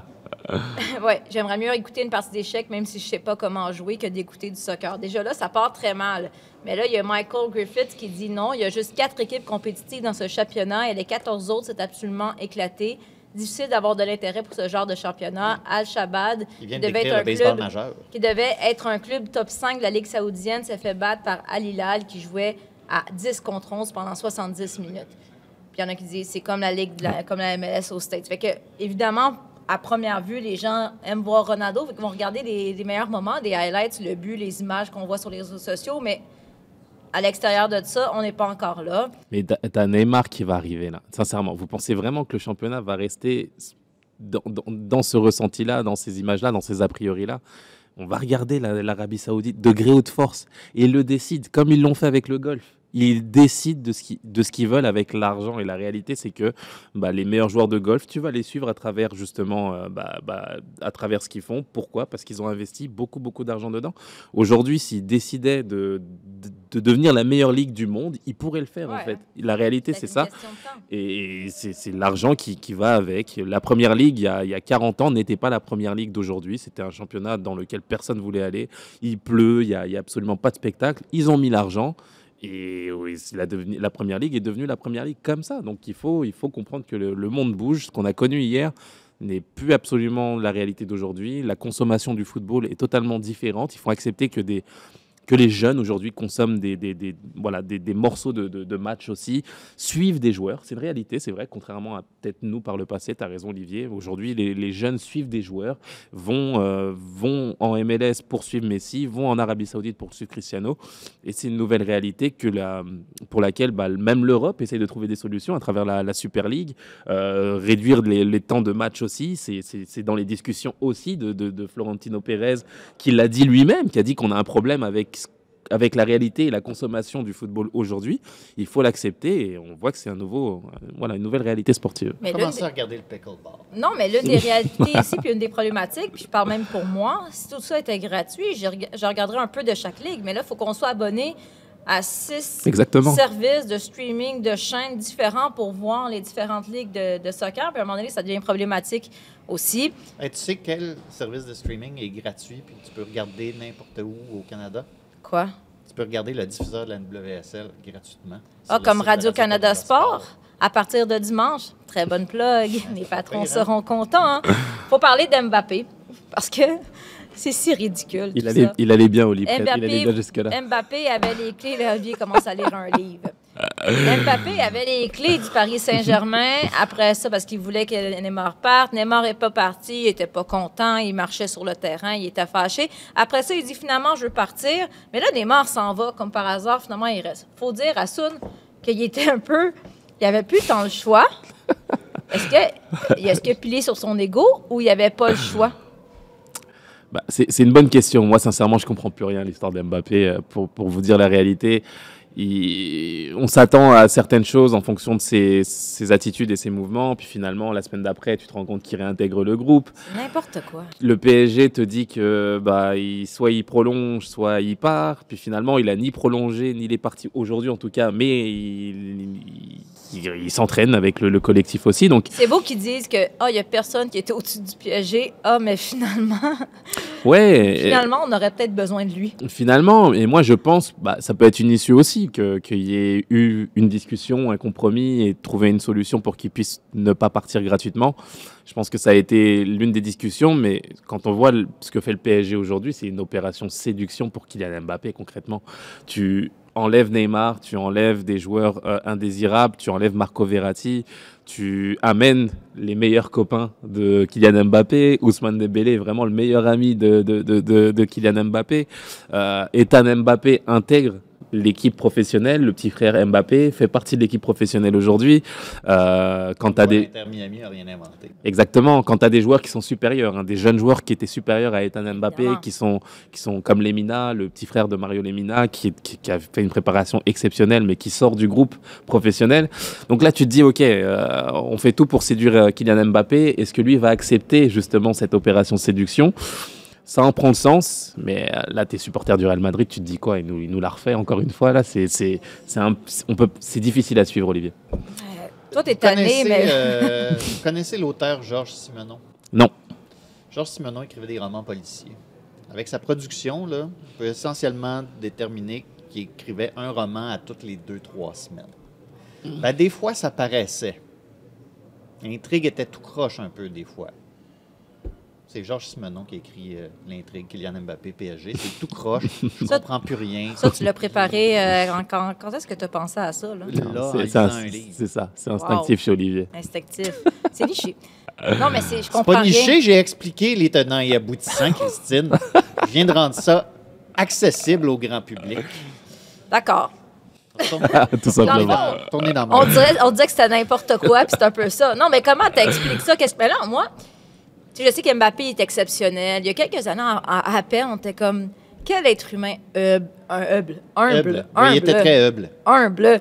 Speaker 2: Ouais, j'aimerais mieux écouter une partie d'échecs, même si je sais pas comment jouer, que d'écouter du soccer. Déjà là, ça part très mal. Mais là, il y a Michael Griffith qui dit non. Il y a juste 4 équipes compétitives dans ce championnat et les 14 autres, c'est absolument éclaté. Difficile d'avoir de l'intérêt pour ce genre de championnat. Al-Shabaab,
Speaker 4: Ils viennent d'écrire le baseball majeur.
Speaker 2: qui devait être un club top 5 de la Ligue saoudienne, s'est fait battre par Al Hilal qui jouait à 10 contre 11 pendant 70 minutes. Puis il y en a qui disent c'est comme la Ligue, comme la MLS aux States. Fait que, évidemment, à première vue, les gens aiment voir Ronaldo, fait qu'ils vont regarder les meilleurs moments, des highlights, le but, les images qu'on voit sur les réseaux sociaux, mais à l'extérieur de ça, on n'est pas encore là.
Speaker 3: Mais t'as Neymar qui va arriver là. Sincèrement, vous pensez vraiment que le championnat va rester dans ce ressenti-là, dans ces images-là, dans ces a priori-là? On va regarder l'Arabie Saoudite de gré ou de force et ils le décident comme ils l'ont fait avec le golf. Ils décident de ce qu'ils veulent avec l'argent. Et la réalité, c'est que les meilleurs joueurs de golf, tu vas les suivre à travers justement, à travers ce qu'ils font. Pourquoi? Parce qu'ils ont investi beaucoup, beaucoup d'argent dedans. Aujourd'hui, s'ils décidaient de devenir la meilleure ligue du monde, ils pourraient le faire en fait. La réalité, c'est ça. Et c'est l'argent qui va avec. La première ligue, il y a 40 ans, n'était pas la première ligue d'aujourd'hui. C'était un championnat dans lequel personne ne voulait aller. Il pleut, il y a absolument pas de spectacle. Ils ont mis l'argent. Et oui, la Première Ligue est devenue la Première Ligue comme ça. Donc il faut comprendre que le monde bouge. Ce qu'on a connu hier n'est plus absolument la réalité d'aujourd'hui. La consommation du football est totalement différente. Il faut accepter que les jeunes aujourd'hui consomment des morceaux de match aussi, suivent des joueurs. C'est une réalité, c'est vrai, contrairement à peut-être nous par le passé, tu as raison Olivier. Aujourd'hui, les jeunes suivent des joueurs, vont en MLS pour suivre Messi, vont en Arabie Saoudite pour suivre Cristiano. Et c'est une nouvelle réalité pour laquelle même l'Europe essaie de trouver des solutions à travers la Super League, réduire les temps de match aussi. C'est dans les discussions aussi de Florentino Pérez qui l'a dit lui-même, qui a dit qu'on a un problème avec la réalité et la consommation du football aujourd'hui. Il faut l'accepter et on voit que c'est une nouvelle réalité sportive.
Speaker 2: Mais
Speaker 4: Commencez à regarder le pickleball.
Speaker 2: Non, mais l'une des réalités ici, puis une des problématiques, puis je parle même pour moi, si tout ça était gratuit, je regarderais un peu de chaque ligue, mais là, il faut qu'on soit abonné à 6 services de streaming, de chaînes différents pour voir les différentes ligues de soccer. Puis à un moment donné, ça devient problématique aussi.
Speaker 4: Tu sais quel service de streaming est gratuit puis tu peux regarder n'importe où au Canada?
Speaker 2: Quoi?
Speaker 4: Tu peux regarder le diffuseur de la NWSL gratuitement.
Speaker 2: Comme Radio-Canada Sport, à partir de dimanche. Très bonne plug. Les patrons seront contents. Hein? Faut parler d'Mbappé, parce que c'est si ridicule.
Speaker 3: Il allait bien au Libre. Il allait bien jusque-là.
Speaker 2: Mbappé avait les clés, là, il commence à lire un livre. Mbappé avait les clés du Paris Saint-Germain. Après ça, parce qu'il voulait que Neymar parte. Neymar n'est pas parti, il n'était pas content, il marchait sur le terrain, il était fâché. Après ça, il dit finalement, je veux partir. Mais là, Neymar s'en va, comme par hasard, finalement, il reste. Il faut dire à Soun qu'il était un peu... Il avait plus tant le choix. Est-ce que pilé sur son ego ou il n'y avait pas le choix?
Speaker 3: Bah, c'est une bonne question. Moi, sincèrement, je comprends plus rien à l'histoire de Mbappé. Pour vous dire la réalité, on s'attend à certaines choses en fonction de ses attitudes et ses mouvements. Puis finalement, la semaine d'après, tu te rends compte qu'il réintègre le groupe.
Speaker 2: C'est n'importe quoi.
Speaker 3: Le PSG te dit que soit il prolonge, soit il part. Puis finalement, il a ni prolongé, ni il est parti aujourd'hui en tout cas. Mais il s'entraîne avec le collectif aussi. Donc
Speaker 2: c'est beau qu'ils disent que il y a personne qui était au-dessus du PSG. Mais finalement, on aurait peut-être besoin de lui.
Speaker 3: Finalement, et moi je pense, ça peut être une issue aussi, qu'il y ait eu une discussion, un compromis et trouver une solution pour qu'il puisse ne pas partir gratuitement. Je pense que ça a été l'une des discussions, mais quand on voit ce que fait le PSG aujourd'hui, c'est une opération séduction pour Kylian Mbappé concrètement. Tu enlèves Neymar, tu enlèves des joueurs indésirables, tu enlèves Marco Verratti, tu amènes les meilleurs copains de Kylian Mbappé. Ousmane Dembélé est vraiment le meilleur ami de Kylian Mbappé. Ethan Mbappé intègre l'équipe professionnelle, le petit frère Mbappé fait partie de l'équipe professionnelle aujourd'hui. Quand t'as des
Speaker 4: Inter Miami n'a rien inventé.
Speaker 3: Exactement, quand tu as des joueurs qui sont supérieurs, des jeunes joueurs qui étaient supérieurs à Ethan Mbappé, qui sont comme Lemina, le petit frère de Mario Lemina, qui a fait une préparation exceptionnelle, mais qui sort du groupe professionnel. Donc là, tu te dis, OK, on fait tout pour séduire Kylian Mbappé. Est-ce que lui va accepter justement cette opération séduction ? Ça en prend le sens, mais là, t'es supporter du Real Madrid, tu te dis quoi? Il nous l'a refait encore une fois. Là, c'est difficile à suivre, Olivier.
Speaker 2: Toi, t'es tanné, mais...
Speaker 4: Vous connaissez l'auteur Georges Simenon?
Speaker 3: Non.
Speaker 4: Georges Simenon écrivait des romans policiers. Avec sa production, là, on peut essentiellement déterminer qu'il écrivait un roman à toutes les 2-3 semaines. Des fois, ça paraissait. L'intrigue était tout croche un peu, des fois. C'est Georges Simenon qui a écrit l'intrigue Kylian Mbappé PSG. C'est tout croche. Je ne comprends plus rien.
Speaker 2: Ça, tu l'as préparé. Quand est-ce que tu as pensé à ça? Là,
Speaker 3: c'est ça. C'est instinctif chez Olivier.
Speaker 2: Instinctif. C'est niché. Non, mais je comprends.
Speaker 4: C'est pas niché, j'ai expliqué les tenants et aboutissants, Christine. Je viens de rendre ça accessible au grand public.
Speaker 2: D'accord.
Speaker 3: Tout simplement.
Speaker 2: On dirait que c'était n'importe quoi, puis c'est un peu ça. Non, mais comment tu expliques ça? Mais là, moi... Tu sais, je sais qu'Mbappé est exceptionnel. Il y a quelques années, à peine, on était comme, quel être humain humble.
Speaker 4: Il était très humble.
Speaker 2: Humble.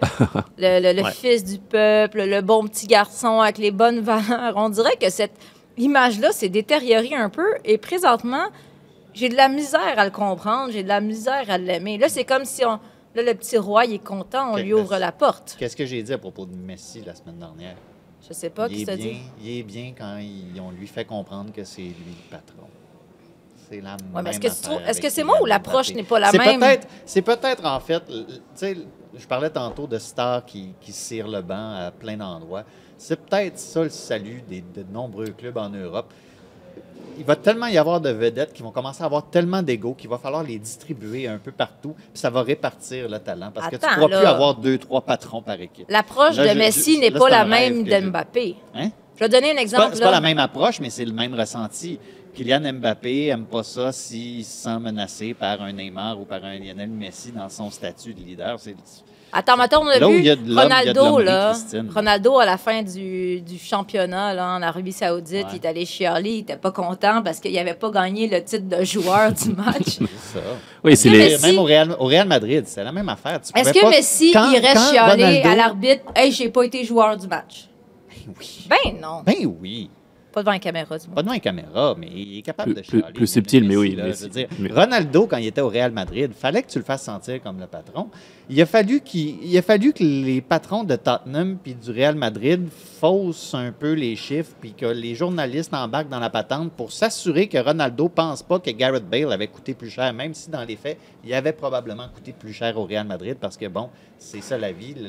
Speaker 2: Le fils du peuple, le bon petit garçon avec les bonnes valeurs. On dirait que cette image-là s'est détériorée un peu. Et présentement, j'ai de la misère à le comprendre. J'ai de la misère à l'aimer. Là, c'est comme si le petit roi, il est content, on lui ouvre la porte.
Speaker 4: Qu'est-ce que j'ai dit à propos de Messi la semaine dernière?
Speaker 2: Je sais pas qui t'a dit.
Speaker 4: Il est bien quand on lui fait comprendre que c'est lui le patron. C'est la même
Speaker 2: affaire. Est-ce que c'est moi ou l'approche n'est pas la même?
Speaker 4: C'est peut-être, en fait, tu sais, je parlais tantôt de stars qui cirent le banc à plein d'endroits. C'est peut-être ça le salut de nombreux clubs en Europe. Il va tellement y avoir de vedettes qui vont commencer à avoir tellement d'ego qu'il va falloir les distribuer un peu partout, puis ça va répartir le talent, parce que tu ne pourras plus avoir 2-3 patrons par équipe.
Speaker 2: L'approche de Messi n'est pas la même d'Mbappé.
Speaker 4: Hein?
Speaker 2: Je vais donner un exemple.
Speaker 4: C'est pas la même approche, mais c'est le même ressenti. Kylian Mbappé n'aime pas ça s'il se sent menacé par un Neymar ou par un Lionel Messi dans son statut de leader.
Speaker 2: Attends, on a vu Ronaldo, là.
Speaker 4: Christine.
Speaker 2: Ronaldo, à la fin du championnat là, en Arabie Saoudite, il est allé chialer, il n'était pas content parce qu'il n'avait pas gagné le titre de joueur du match.
Speaker 4: C'est ça.
Speaker 3: Oui, c'est
Speaker 4: Même au Real Madrid, c'est la même affaire.
Speaker 2: Est-ce que Messi irait chialer à l'arbitre « Hey, j'ai pas été joueur du match ».
Speaker 4: Oui.
Speaker 2: Ben non.
Speaker 4: Ben oui.
Speaker 2: Pas devant la caméra, du moins.
Speaker 4: Pas devant la caméra, mais il est capable de chialer.
Speaker 3: Plus subtil, mais oui.
Speaker 4: Je veux dire, Ronaldo, quand il était au Real Madrid, il fallait que tu le fasses sentir comme le patron. Il a fallu que les patrons de Tottenham puis du Real Madrid faussent un peu les chiffres puis que les journalistes embarquent dans la patente pour s'assurer que Ronaldo ne pense pas que Gareth Bale avait coûté plus cher, même si dans les faits, il avait probablement coûté plus cher au Real Madrid parce que, bon, c'est ça la vie,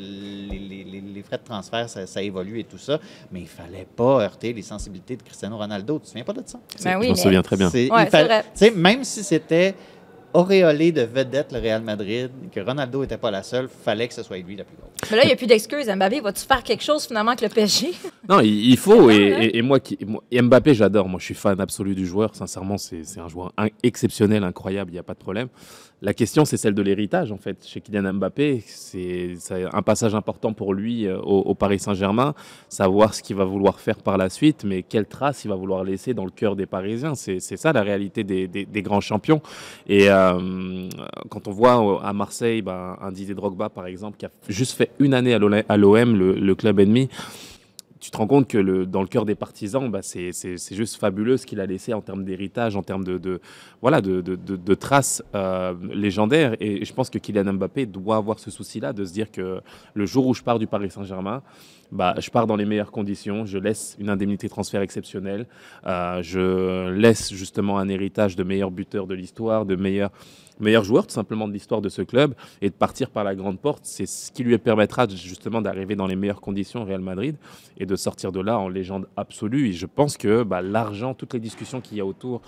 Speaker 4: les frais de transfert, ça évolue et tout ça, mais il ne fallait pas heurter les sensibilités de Cristiano Ronaldo. Tu ne te souviens pas de ça?
Speaker 2: Ben oui,
Speaker 3: je m'en souviens très bien.
Speaker 2: C'est vrai.
Speaker 4: Même si c'était auréolé de vedette le Real Madrid, que Ronaldo n'était pas la seule, fallait que ce soit lui la plus grosse.
Speaker 2: Mais là, il n'y a plus d'excuses. Mbappé, vas-tu faire quelque chose finalement avec le PSG?
Speaker 3: Non, il faut. Et moi, Mbappé, j'adore. Moi, je suis fan absolu du joueur. Sincèrement, c'est un joueur exceptionnel, incroyable. Il n'y a pas de problème. La question, c'est celle de l'héritage, en fait. Chez Kylian Mbappé, c'est un passage important pour lui au Paris Saint-Germain. Savoir ce qu'il va vouloir faire par la suite, mais quelle trace il va vouloir laisser dans le cœur des Parisiens. C'est ça la réalité des grands champions. Et quand on voit à Marseille, un Didier Drogba, par exemple, qui a juste fait une année à l'OM, le club ennemi, tu te rends compte que dans le cœur des partisans, c'est juste fabuleux ce qu'il a laissé en termes d'héritage, en termes de traces légendaires. Et je pense que Kylian Mbappé doit avoir ce souci-là, de se dire que le jour où je pars du Paris Saint-Germain, je pars dans les meilleures conditions, je laisse une indemnité de transfert exceptionnelle, je laisse justement un héritage de meilleurs buteurs de l'histoire, de meilleurs joueurs tout simplement de l'histoire de ce club, et de partir par la grande porte. C'est ce qui lui permettra justement d'arriver dans les meilleures conditions au Real Madrid et de sortir de là en légende absolue. Et je pense que l'argent, toutes les discussions qu'il y a autour,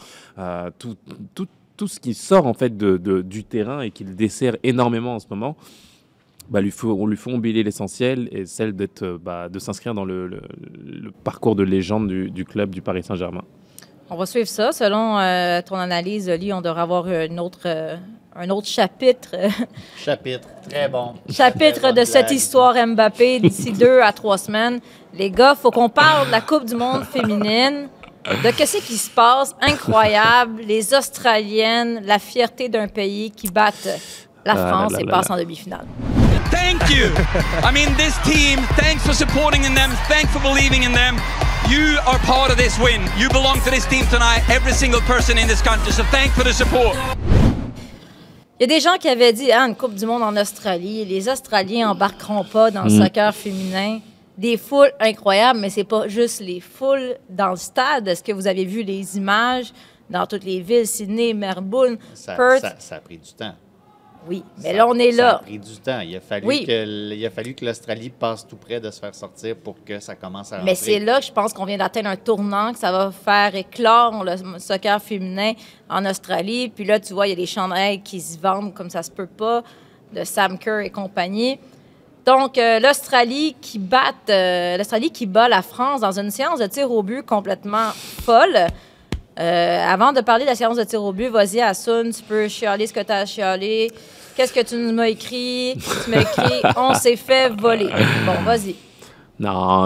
Speaker 3: tout ce qui sort en fait du terrain et qui le dessert énormément en ce moment, on lui faut oublier l'essentiel, et celle de s'inscrire dans le parcours de légende du club du Paris Saint-Germain.
Speaker 2: On va suivre ça. Selon ton analyse, Oli, on devrait avoir un autre chapitre.
Speaker 4: Chapitre, très bon.
Speaker 2: Chapitre
Speaker 4: très
Speaker 2: de cette histoire Mbappé d'ici 2 à 3 semaines. Les gars, il faut qu'on parle de la Coupe du monde féminine, de qu'est-ce qui se passe. Incroyable. Les Australiennes, la fierté d'un pays qui battent la France et passent en demi-finale.
Speaker 7: Thank you. I mean, this team, thanks for supporting in them. Thanks for believing in them. You are part of this win. You belong to this team tonight, every single person in this country. So thanks for the support.
Speaker 2: Il y a des gens qui avaient dit une Coupe du monde en Australie, les Australiens embarqueront pas dans le soccer féminin. Des foules incroyables, mais c'est pas juste les foules dans le stade. Est-ce que vous avez vu les images dans toutes les villes, Sydney, Melbourne, Perth?
Speaker 4: Ça a pris du temps.
Speaker 2: Oui, mais là, on est là.
Speaker 4: Ça a pris du temps. Il a fallu que l'Australie passe tout près de se faire sortir pour que ça commence à rentrer.
Speaker 2: Mais c'est là que je pense qu'on vient d'atteindre un tournant, que ça va faire éclore le soccer féminin en Australie. Puis là, tu vois, il y a des chandails qui se vendent comme ça se peut pas, de Sam Kerr et compagnie. Donc, l'Australie qui bat la France dans une séance de tir au but complètement folle. Avant de parler de la séance de tir au but, vas-y, Hassoun, tu peux chialer ce que tu as à chialer. Qu'est-ce que tu m'as écrit? Tu m'as écrit « On s'est fait voler ». Bon, vas-y.
Speaker 3: Non,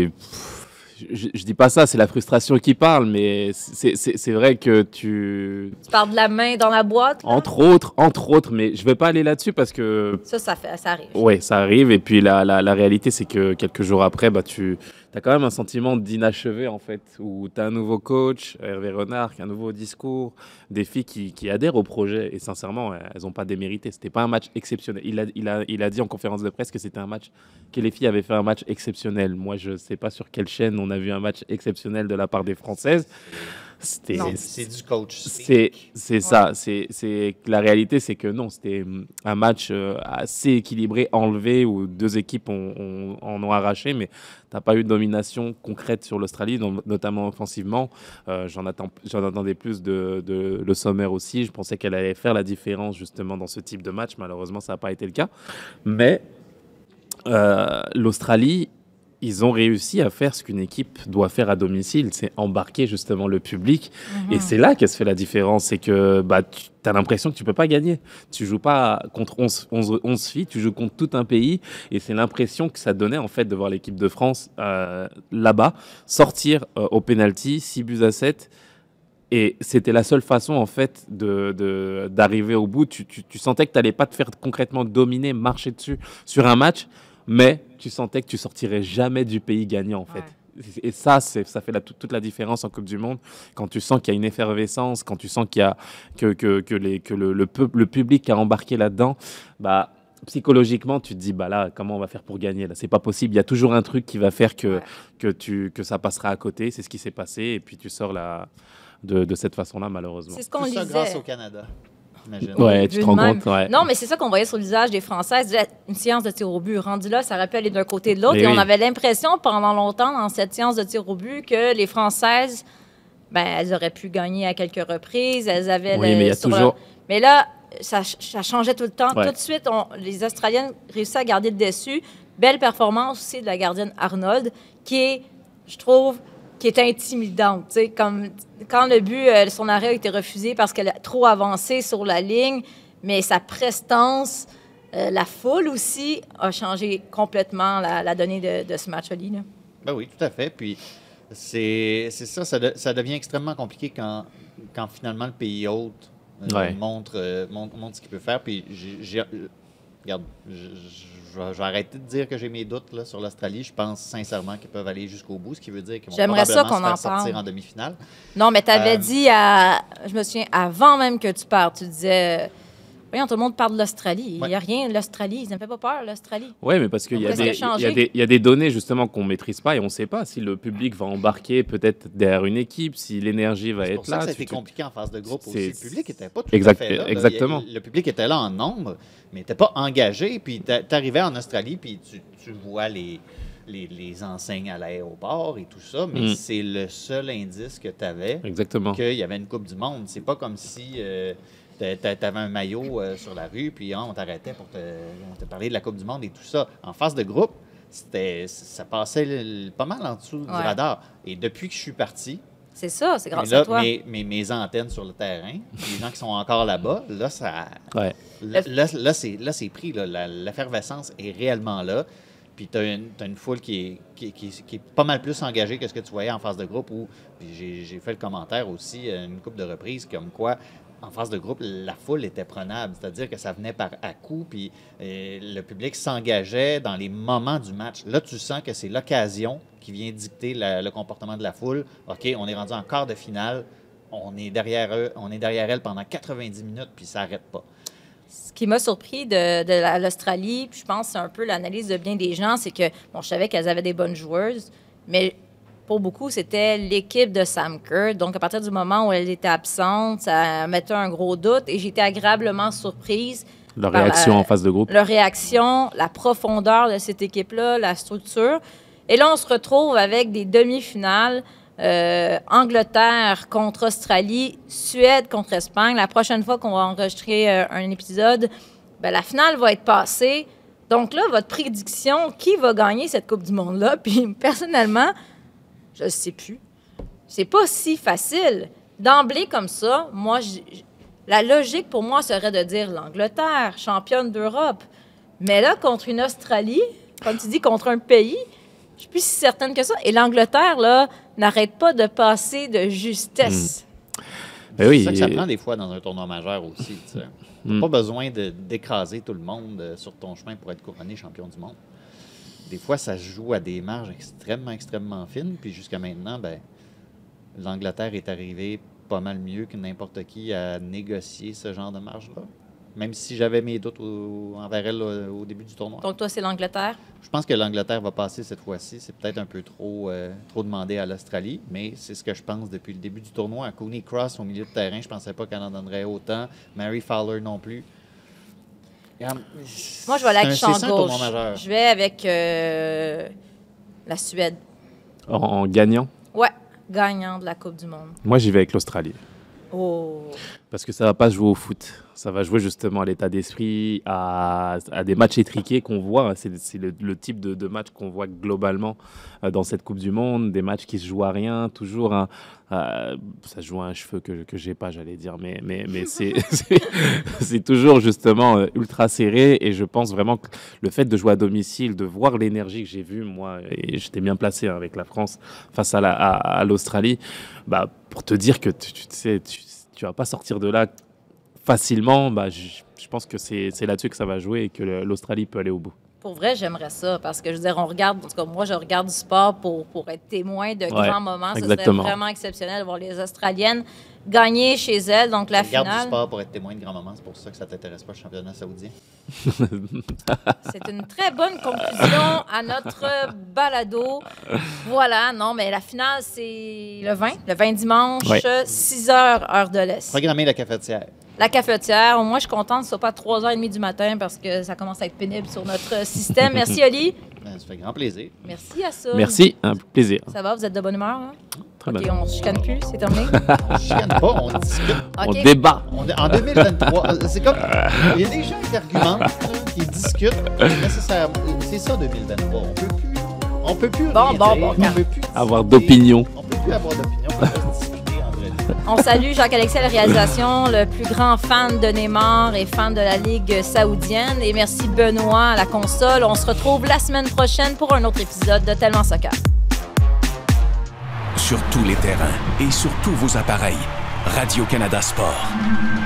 Speaker 3: je dis pas ça, c'est la frustration qui parle, mais c'est vrai que tu
Speaker 2: parles de la main dans la boîte? Là?
Speaker 3: Entre autres, mais je vais pas aller là-dessus parce que...
Speaker 2: Ça arrive.
Speaker 3: Oui, ça arrive, et puis la réalité, c'est que quelques jours après, tu as quand même un sentiment d'inachevé, en fait, où tu as un nouveau coach, Hervé Renard, un nouveau discours, des filles qui adhèrent au projet, et sincèrement, elles n'ont pas démérité. C'était pas un match exceptionnel. Il a dit en conférence de presse que c'était un match, que les filles avaient fait un match exceptionnel. Moi, je sais pas sur quelle chaîne on a vu un match exceptionnel de la part des Françaises.
Speaker 4: C'est du coach.
Speaker 3: C'est ça. La réalité, c'est que non, c'était un match assez équilibré, enlevé, où deux équipes en ont arraché, mais t'as pas eu de domination concrète sur l'Australie, notamment offensivement. J'en attendais plus de Le Sommer aussi. Je pensais qu'elle allait faire la différence justement dans ce type de match. Malheureusement, ça n'a pas été le cas. Mais l'Australie, ils ont réussi à faire ce qu'une équipe doit faire à domicile, c'est embarquer justement le public. Et c'est là qu'elle se fait la différence, c'est que tu as l'impression que tu ne peux pas gagner. Tu ne joues pas contre 11 filles, tu joues contre tout un pays. Et c'est l'impression que ça donnait en fait de voir l'équipe de France là-bas sortir au pénalty, 6-7. Et c'était la seule façon, en fait, d'arriver au bout. Tu sentais que tu n'allais pas te faire concrètement dominer, marcher dessus sur un match, mais tu sentais que tu sortirais jamais du pays gagnant, en fait. Ouais. Et ça fait toute la différence en Coupe du Monde. Quand tu sens qu'il y a une effervescence, quand tu sens qu'il y a le public qui a embarqué là-dedans, psychologiquement, tu te dis, là, comment on va faire pour gagner là? C'est pas possible. Il y a toujours un truc qui va faire que ça passera à côté. C'est ce qui s'est passé. Et puis, tu sors de cette façon-là, malheureusement.
Speaker 2: C'est ce qu'on disait.
Speaker 4: Tout ça grâce au Canada.
Speaker 3: Ouais, tu te rends compte. Ouais.
Speaker 2: Non, mais c'est ça qu'on voyait sur le visage des Françaises. Une séance de tir au but. Rendu là, ça aurait pu aller d'un côté de l'autre. Et on avait l'impression pendant longtemps, dans cette séance de tir au but, que les Françaises, elles auraient pu gagner à quelques reprises. Elles avaient
Speaker 3: mais il y a toujours...
Speaker 2: Mais là, ça changeait tout le temps.
Speaker 3: Ouais.
Speaker 2: Tout de suite, les Australiennes réussissaient à garder le dessus. Belle performance aussi de la gardienne Arnold, qui est, je trouve, qui est intimidante. Tu sais, comme quand le but, son arrêt a été refusé parce qu'elle a trop avancé sur la ligne, mais sa prestance, la foule aussi, a changé complètement la donnée de ce match-là.
Speaker 4: Ben oui, tout à fait. Puis c'est ça devient extrêmement compliqué quand finalement le pays hôte montre ce qu'il peut faire. Puis regarde, je vais arrêter de dire que j'ai mes doutes là, sur l'Australie. Je pense sincèrement qu'ils peuvent aller jusqu'au bout, ce qui veut dire qu'ils vont
Speaker 2: J'aimerais ça
Speaker 4: probablement
Speaker 2: qu'on
Speaker 4: se faire
Speaker 2: en
Speaker 4: sortir
Speaker 2: parle.
Speaker 4: en demi-finale.
Speaker 2: Non, mais tu avais dit, je me souviens, avant même que tu partes, tu disais, voyons, tout le monde parle de l'Australie. Il n'y a rien, l'Australie. Ça ne me fait pas peur, l'Australie.
Speaker 3: Oui, mais parce qu'il y, y a des données justement qu'on ne maîtrise pas et on ne sait pas si le public va embarquer peut-être derrière une équipe, si l'énergie va
Speaker 4: C'est
Speaker 3: être
Speaker 4: pour ça
Speaker 3: là.
Speaker 4: que ça a été compliqué en phase de groupe aussi. Le public n'était pas tout
Speaker 3: Exact,
Speaker 4: à fait là.
Speaker 3: exactement.
Speaker 4: Le public était là en nombre, mais n'était pas engagé. Puis tu arrivais en Australie, puis tu vois les enseignes à l'aéroport et tout ça, mais c'est le seul indice que tu avais qu'il y avait une Coupe du Monde. C'est pas comme si tu avais un maillot sur la rue, puis on t'arrêtait pour te parler de la Coupe du Monde et tout ça. En phase de groupe, ça passait pas mal en dessous du radar. Et depuis que je suis parti,
Speaker 2: c'est ça, c'est grâce
Speaker 4: là,
Speaker 2: à toi.
Speaker 4: Mes antennes sur le terrain, les gens qui sont encore là-bas, là, ça.
Speaker 3: Ouais.
Speaker 4: Là, c'est pris. L'effervescence est réellement là. Puis tu as une foule qui est pas mal plus engagée que ce que tu voyais en phase de groupe. J'ai fait le commentaire aussi, une couple de reprises, comme quoi, en phase de groupe, la foule était prenable. C'est-à-dire que ça venait par à-coups, puis le public s'engageait dans les moments du match. Là, tu sens que c'est l'occasion qui vient dicter le comportement de la foule. OK, on est rendu en quart de finale. On est derrière elle pendant 90 minutes, puis ça n'arrête pas.
Speaker 2: Ce qui m'a surpris de l'Australie, puis je pense que c'est un peu l'analyse de bien des gens, c'est que, bon, je savais qu'elles avaient des bonnes joueuses, mais pour beaucoup, c'était l'équipe de Sam Kerr. Donc, à partir du moment où elle était absente, ça mettait un gros doute et j'étais agréablement surprise.
Speaker 3: Leur réaction en phase de groupe.
Speaker 2: Leur réaction, la profondeur de cette équipe-là, la structure. Et là, on se retrouve avec des demi-finales. Angleterre contre Australie, Suède contre Espagne. La prochaine fois qu'on va enregistrer un épisode, ben, la finale va être passée. Donc là, votre prédiction, qui va gagner cette Coupe du Monde-là? Puis personnellement, je ne sais plus. C'est pas si facile. D'emblée comme ça, moi, la logique pour moi serait de dire l'Angleterre, championne d'Europe. Mais là, contre une Australie, comme tu dis, contre un pays, je suis plus si certaine que ça. Et l'Angleterre, là, n'arrête pas de passer de justesse.
Speaker 3: Ben oui,
Speaker 4: c'est ça que ça prend des fois dans un tournoi majeur aussi. Tu n'as pas besoin d'écraser tout le monde sur ton chemin pour être couronné champion du monde. Des fois, ça se joue à des marges extrêmement, extrêmement fines. Puis jusqu'à maintenant, ben, l'Angleterre est arrivée pas mal mieux que n'importe qui à négocier ce genre de marge-là. Même si j'avais mes doutes envers elle au début du tournoi.
Speaker 2: Donc toi, c'est l'Angleterre?
Speaker 4: Je pense que l'Angleterre va passer cette fois-ci. C'est peut-être un peu trop demandé à l'Australie, mais c'est ce que je pense depuis le début du tournoi. À Cooney Cross, au milieu de terrain, je ne pensais pas qu'elle en donnerait autant. Mary Fowler non plus.
Speaker 2: Moi, je vais aller avec champ gauche.
Speaker 4: Majeur.
Speaker 2: Je vais avec la Suède.
Speaker 3: En gagnant?
Speaker 2: Ouais, gagnant de la Coupe du Monde.
Speaker 3: Moi, j'y vais avec l'Australie.
Speaker 2: Oh.
Speaker 3: Parce que ça ne va pas se jouer au foot. Ça va jouer justement à l'état d'esprit, à des matchs étriqués qu'on voit. C'est le type de match qu'on voit globalement dans cette Coupe du Monde. Des matchs qui se jouent à rien, toujours ça se joue à un cheveu que j'ai pas, j'allais dire. Mais c'est toujours justement ultra serré. Et je pense vraiment que le fait de jouer à domicile, de voir l'énergie que j'ai vue, moi, et j'étais bien placé avec la France face à l'Australie, bah, pour te dire que tu vas pas sortir de là facilement, bah, je pense que c'est là-dessus que ça va jouer et que l'Australie peut aller au bout.
Speaker 2: Pour vrai, j'aimerais ça parce que je veux dire, on regarde, en tout cas, moi, je regarde du sport pour être témoin de grands moments.
Speaker 3: Exactement.
Speaker 2: Ce serait vraiment exceptionnel de voir les Australiennes gagner chez elles, donc la finale.
Speaker 4: Regarde du sport pour être témoin de grands moments, c'est pour ça que ça t'intéresse pas le championnat saoudien.
Speaker 2: C'est une très bonne conclusion à notre balado. Voilà, non, mais la finale, c'est le 20 dimanche, 6 h, heure de l'Est.
Speaker 4: Programmer la cafetière.
Speaker 2: La cafetière. Moi, je suis contente que ce soit pas à 3h30 du matin parce que ça commence à être pénible sur notre système. Merci, Oli.
Speaker 4: Ça fait grand plaisir.
Speaker 2: Merci à ça.
Speaker 3: Merci, un plaisir.
Speaker 2: Ça va, vous êtes de bonne humeur? Hein?
Speaker 3: Très
Speaker 2: OK,
Speaker 3: bonne.
Speaker 2: on se chicane plus, c'est terminé?
Speaker 4: On ne chicane pas, on discute.
Speaker 3: On
Speaker 2: OK.
Speaker 3: débat.
Speaker 4: En 2023, c'est comme. Il y a des gens qui argumentent, qui discutent. Nécessairement. C'est ça, 2023. On peut plus
Speaker 2: Bon,
Speaker 4: rien
Speaker 2: bon,
Speaker 4: dire,
Speaker 2: bon,
Speaker 4: on peut plus
Speaker 3: Avoir
Speaker 4: discuter.
Speaker 3: d'opinion.
Speaker 4: On peut plus avoir d'opinion, on peut pas se discuter entre nous.
Speaker 2: On salue Jacques-Alexis à la réalisation, le plus grand fan de Neymar et fan de la Ligue saoudienne. Et merci Benoît à la console. On se retrouve la semaine prochaine pour un autre épisode de Tellement Soccer.
Speaker 8: Sur tous les terrains et sur tous vos appareils, Radio-Canada Sport.